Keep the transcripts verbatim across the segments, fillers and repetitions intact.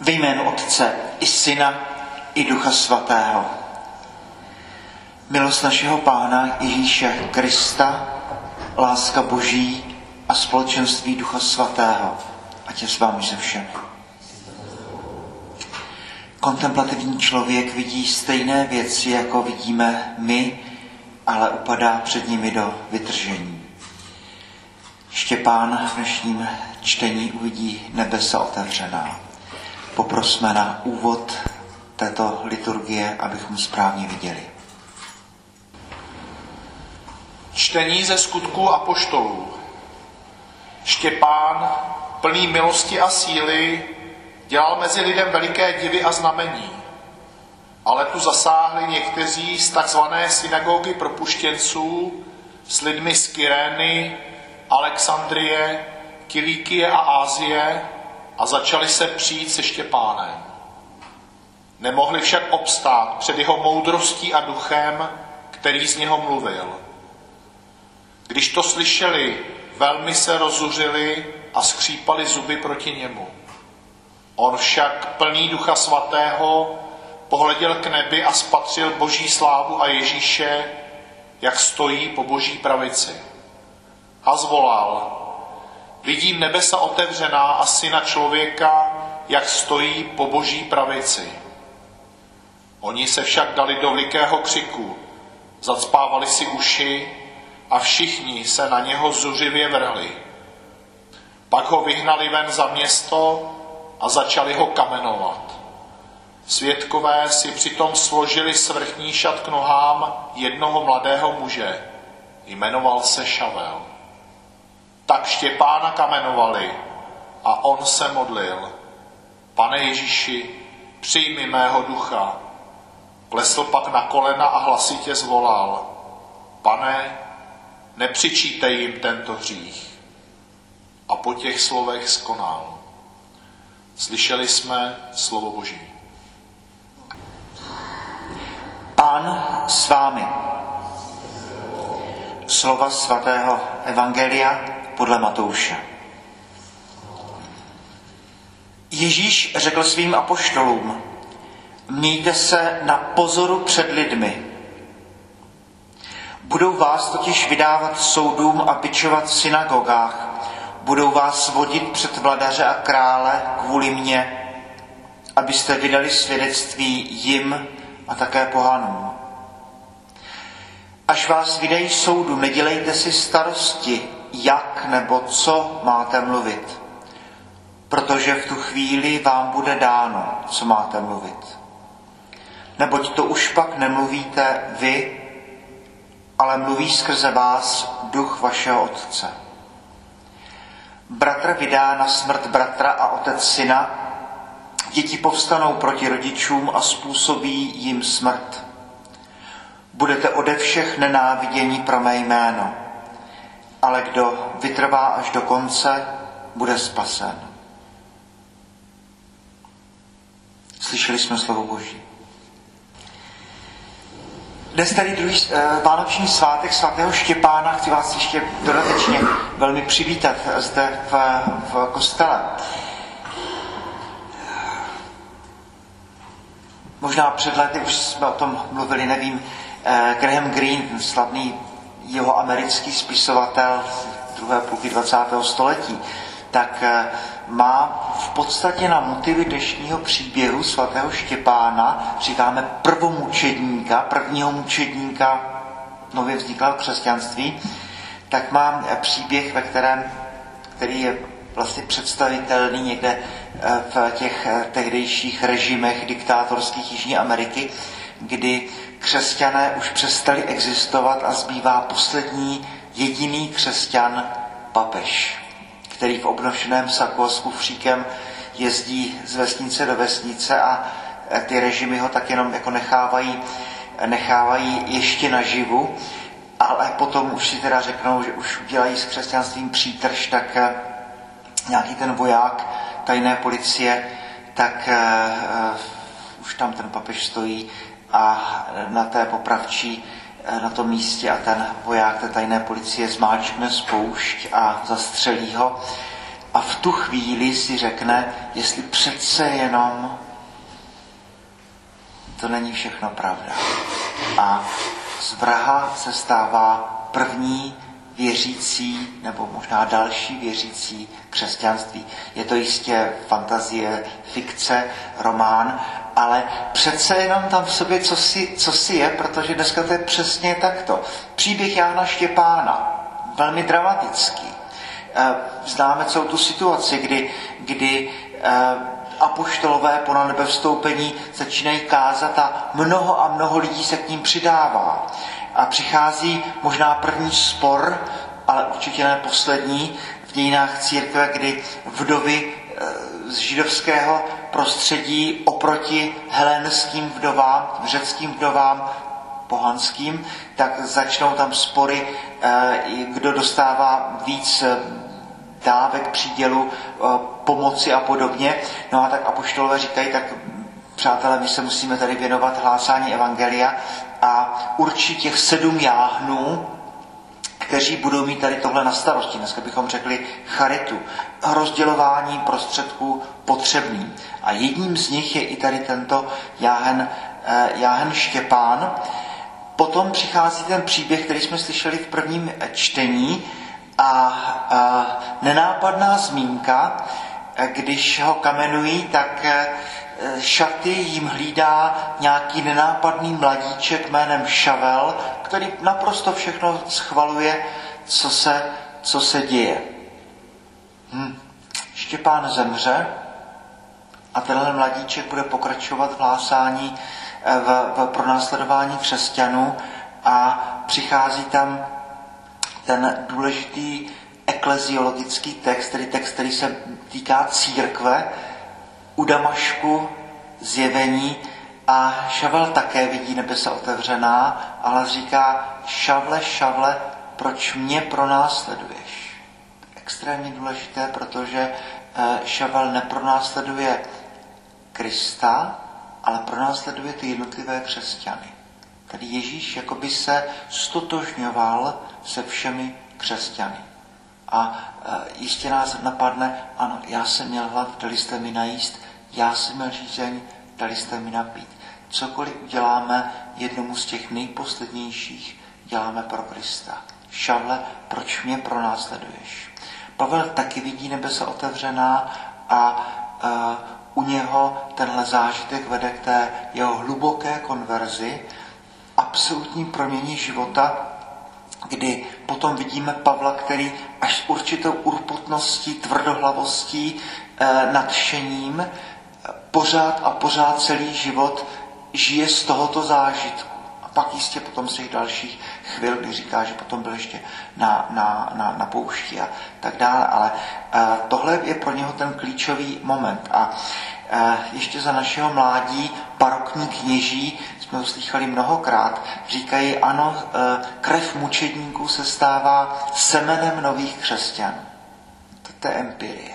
Ve jménu Otce i Syna i Ducha Svatého. Milost našeho Pána Ježíše Krista, láska Boží a společenství Ducha Svatého, ať je s vámi se všemi. Kontemplativní člověk vidí stejné věci, jako vidíme my, ale upadá před nimi do vytržení. Štěpán v dnešním čtení uvidí nebesa otevřená. Poprosme na úvod této liturgie, abychom správně viděli. Čtení ze Skutků apoštolů. Štěpán, plný milosti a síly, dělal mezi lidem veliké divy a znamení. Ale tu zasáhli někteří z takzvané synagogy propuštěnců s lidmi z Kyrény, Alexandrie, Kilíkie a Ázie a začali se přijít se Štěpánem. Nemohli však obstát před jeho moudrostí a duchem, který z něho mluvil. Když to slyšeli, velmi se rozuřili a skřípali zuby proti němu. On však, plný Ducha Svatého, pohleděl k nebi a spatřil Boží slávu a Ježíše, jak stojí po Boží pravici. A zvolal: Vidím nebesa otevřená a Syna člověka, jak stojí po Boží pravici. Oni se však dali do velikého křiku, zacpávali si uši a všichni se na něho zuřivě vrhli. Pak ho vyhnali ven za město a začali ho kamenovat. Svědkové si přitom složili svrchní šat k nohám jednoho mladého muže. Jmenoval se Šavel. Tak Štěpána kamenovali a on se modlil: Pane Ježíši, přijmi mého ducha. Klesl pak na kolena a hlasitě zvolal: Pane, nepřičítej jim tento hřích. A po těch slovech skonal. Slyšeli jsme slovo Boží. Pán s vámi. Slova svatého evangelia podle Matouše. Ježíš řekl svým apoštolům: Mějte se na pozoru před lidmi. Budou vás totiž vydávat soudům a bičovat v synagogách. Budou vás vodit před vladaře a krále kvůli mně, abyste vydali svědectví jim a také pohanům. Až vás vydají soudu, nedělejte si starosti, jak nebo co máte mluvit, protože v tu chvíli vám bude dáno, co máte mluvit. Neboť to už pak nemluvíte vy, ale mluví skrze vás duch vašeho Otce. Bratr vydá na smrt bratra a otec syna, děti povstanou proti rodičům a způsobí jim smrt. Budete ode všech nenávidění pro mé jméno, ale kdo vytrvá až do konce, bude spasen. Slyšeli jsme slovo Boží. Dnes tady druhý eh, vánoční svátek svatého Štěpána. Chci vás ještě dodatečně velmi přivítat zde v, v kostele. Možná před lety už jsme o tom mluvili, nevím, eh, Graham Greene, slavný jihoamerický spisovatel druhé půlky dvacátého století, tak eh, má v podstatě na motivy dnešního příběhu svatého Štěpána, říkáme prvomučedníka, prvního mučedníka nově vzniklého křesťanství, tak má příběh, ve kterém, který je vlastně představitelný někde v těch tehdejších režimech diktátorských Jižní Ameriky, kdy křesťané už přestali existovat a zbývá poslední jediný křesťan papež, který v obnošeném saku a s kufříkem jezdí z vesnice do vesnice a ty režimy ho tak jenom jako nechávají, nechávají ještě naživu, ale potom už si teda řeknou, že už udělají s křesťanstvím přítrž, tak nějaký ten voják tajné policie, tak uh, už tam ten papež stojí a na té popravčí na tom místě a ten voják té tajné policie zmáčkne spoušť a zastřelí ho. a v tu chvíli si řekne, jestli přece jenom to není všechno pravda. A z vraha se stává první věřící, nebo možná další věřící křesťanství. Je to jistě fantazie, fikce, román, ale přece jenom tam v sobě cosi, cosi je, protože dneska to je přesně takto. Příběh Jána Štěpána, velmi dramatický. Známe celou tu situaci, kdy, kdy apoštolové po nanebevstoupení začínají kázat a mnoho a mnoho lidí se k ním přidává. A přichází možná první spor, ale určitě ne poslední, v dějinách církve, kdy vdovy z židovského prostředí oproti helénským vdovám, řeckým vdovám, pohanským, tak začnou tam spory, kdo dostává víc dávek, přídělu, pomoci a podobně. No a tak apoštolové říkají, tak přátelé, my se musíme tady věnovat hlásání evangelia a určí těch sedm jáhnů, kteří budou mít tady tohle na starosti. Dneska bychom řekli charitu, rozdělování prostředků potřebným. A jedním z nich je i tady tento jáhen, jáhen Štěpán. Potom přichází ten příběh, který jsme slyšeli v prvním čtení, a, a nenápadná zmínka, když ho kamenují, tak šaty jim hlídá nějaký nenápadný mladíček jménem Šavel, který naprosto všechno schvaluje, co se, co se děje. Hm. Štěpán zemře a tenhle mladíček bude pokračovat v hlásání, v, v pronásledování křesťanů a přichází tam ten důležitý ekleziologický text, tedy text, který se týká církve, u Damašku zjevení a Šavel také vidí nebesa otevřená, ale říká, Šavle, Šavle, proč mě pronásleduješ? Extrémně důležité, protože Šavel nepronásleduje Krista, ale pronásleduje ty jednotlivé křesťany. Tady Ježíš jakoby se stotožňoval se všemi křesťany. A jistě nás napadne, ano, já jsem měl hlad, dali jste mi najíst, já jsem měl žízeň, dali jste mi napít. Cokoliv uděláme jednomu z těch nejposlednějších, děláme pro Krista. Šavle, proč mě pronásleduješ? Pavel taky vidí nebesa otevřená a, a u něho tenhle zážitek vede k té jeho hluboké konverzi, absolutní proměně života, kdy potom vidíme Pavla, který až s určitou urputností, tvrdohlavostí, eh, nadšením pořád a pořád celý život žije z tohoto zážitku. A pak jistě potom z těch dalších chvil, kdy říká, že potom byl ještě na, na, na, na poušti a tak dále. Ale eh, tohle je pro něho ten klíčový moment. A eh, ještě za našeho mládí barokní kněží, jsme to slychali mnohokrát, říkají, ano, krev mučedníků se stává semenem nových křesťanů. To je empirie.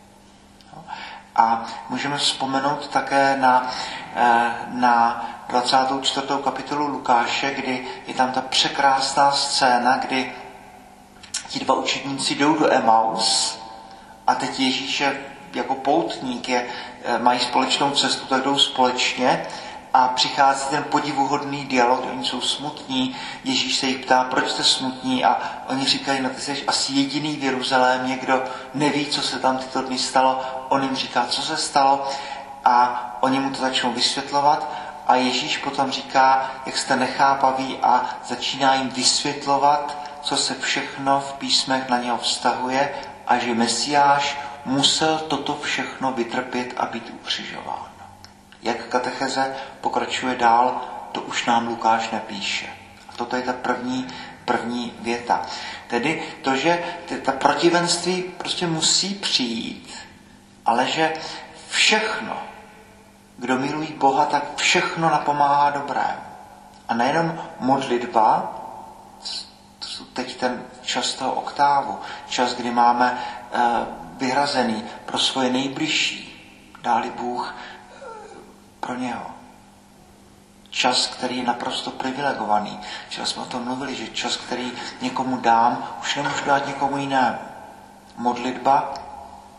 A můžeme vzpomenout také na, na dvacátou čtvrtou kapitolu Lukáše, kdy je tam ta překrásná scéna, kdy ti dva učedníci jdou do Emaus a teď Ježíš je jako poutník, je, mají společnou cestu, tak jdou společně a přichází ten podivuhodný dialog, oni jsou smutní, Ježíš se jich ptá, proč jste smutní a oni říkají, no ty jsi asi jediný v Jeruzalémě, kdo neví, co se tam tyto dny stalo. On jim říká, co se stalo a oni mu to začnou vysvětlovat a Ježíš potom říká, jak jste nechápaví a začíná jim vysvětlovat, co se všechno v písmech na něho vztahuje a že Mesiáš musel toto všechno vytrpět a být ukřižován. Jak katecheze pokračuje dál, to už nám Lukáš nepíše. A toto je ta první, první věta. Tedy to, že ta protivenství prostě musí přijít, ale že všechno, kdo milují Boha, tak všechno napomáhá dobrému. A nejenom modlitba, to teď ten čas toho oktávu, čas, kdy máme uh, vyhrazený pro svoje nejbližší, dá-li Bůh pro něho. Čas, který je naprosto privilegovaný. Včera jsme o tom mluvili, že čas, který někomu dám, už nemůžu dát někomu jinému. Modlitba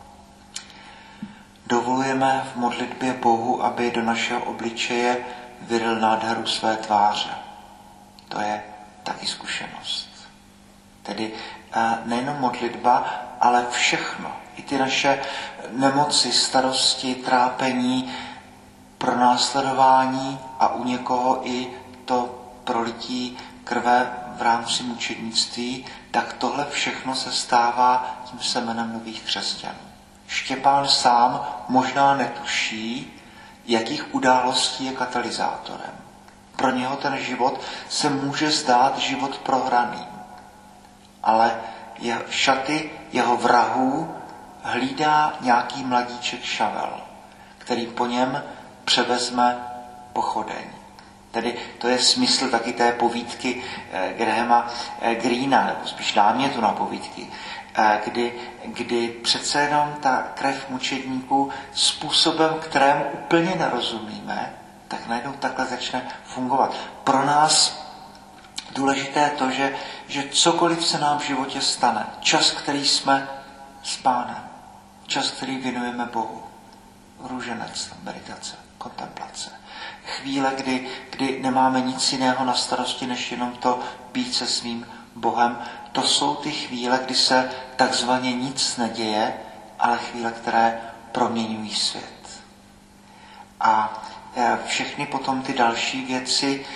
Dovolujeme v modlitbě Bohu, aby do našeho obličeje vyril nádheru své tváře. To je taky zkušenost. Tedy nejenom modlitba, ale všechno. I ty naše nemoci, starosti, trápení, pronásledování a u někoho i to prolití krve v rámci mučednictví, tak tohle všechno se stává tím semenem nových křesťanů. Štěpán sám možná netuší, jakých událostí je katalyzátorem. Pro něho ten život se může zdát život prohraným, ale je, šaty jeho vrahů hlídá nějaký mladíček Šavel, který po něm převezme pochodeň. Tedy to je smysl taky té povídky eh, Grahama eh, Greena, nebo spíš námětu na povídky, eh, kdy, kdy přece jenom ta krev mučedníků způsobem, kterému úplně nerozumíme, tak najednou takhle začne fungovat. Pro nás důležité je to, že, že cokoliv se nám v životě stane, čas, který jsme s Pánem, čas, který věnujeme Bohu, růženec, meditace, kontemplace, chvíle, kdy, kdy nemáme nic jiného na starosti, než jenom to být se svým Bohem, to jsou ty chvíle, kdy se takzvaně nic neděje, ale chvíle, které proměňují svět. A všechny potom ty další věci,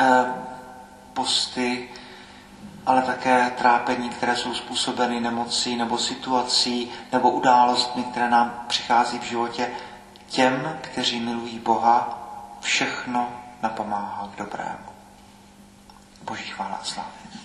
posty, ale také trápení, které jsou způsobeny nemocí nebo situací nebo událostmi, které nám přichází v životě, těm, kteří milují Boha, všechno napomáhá k dobrému. Boží chvála a slávy.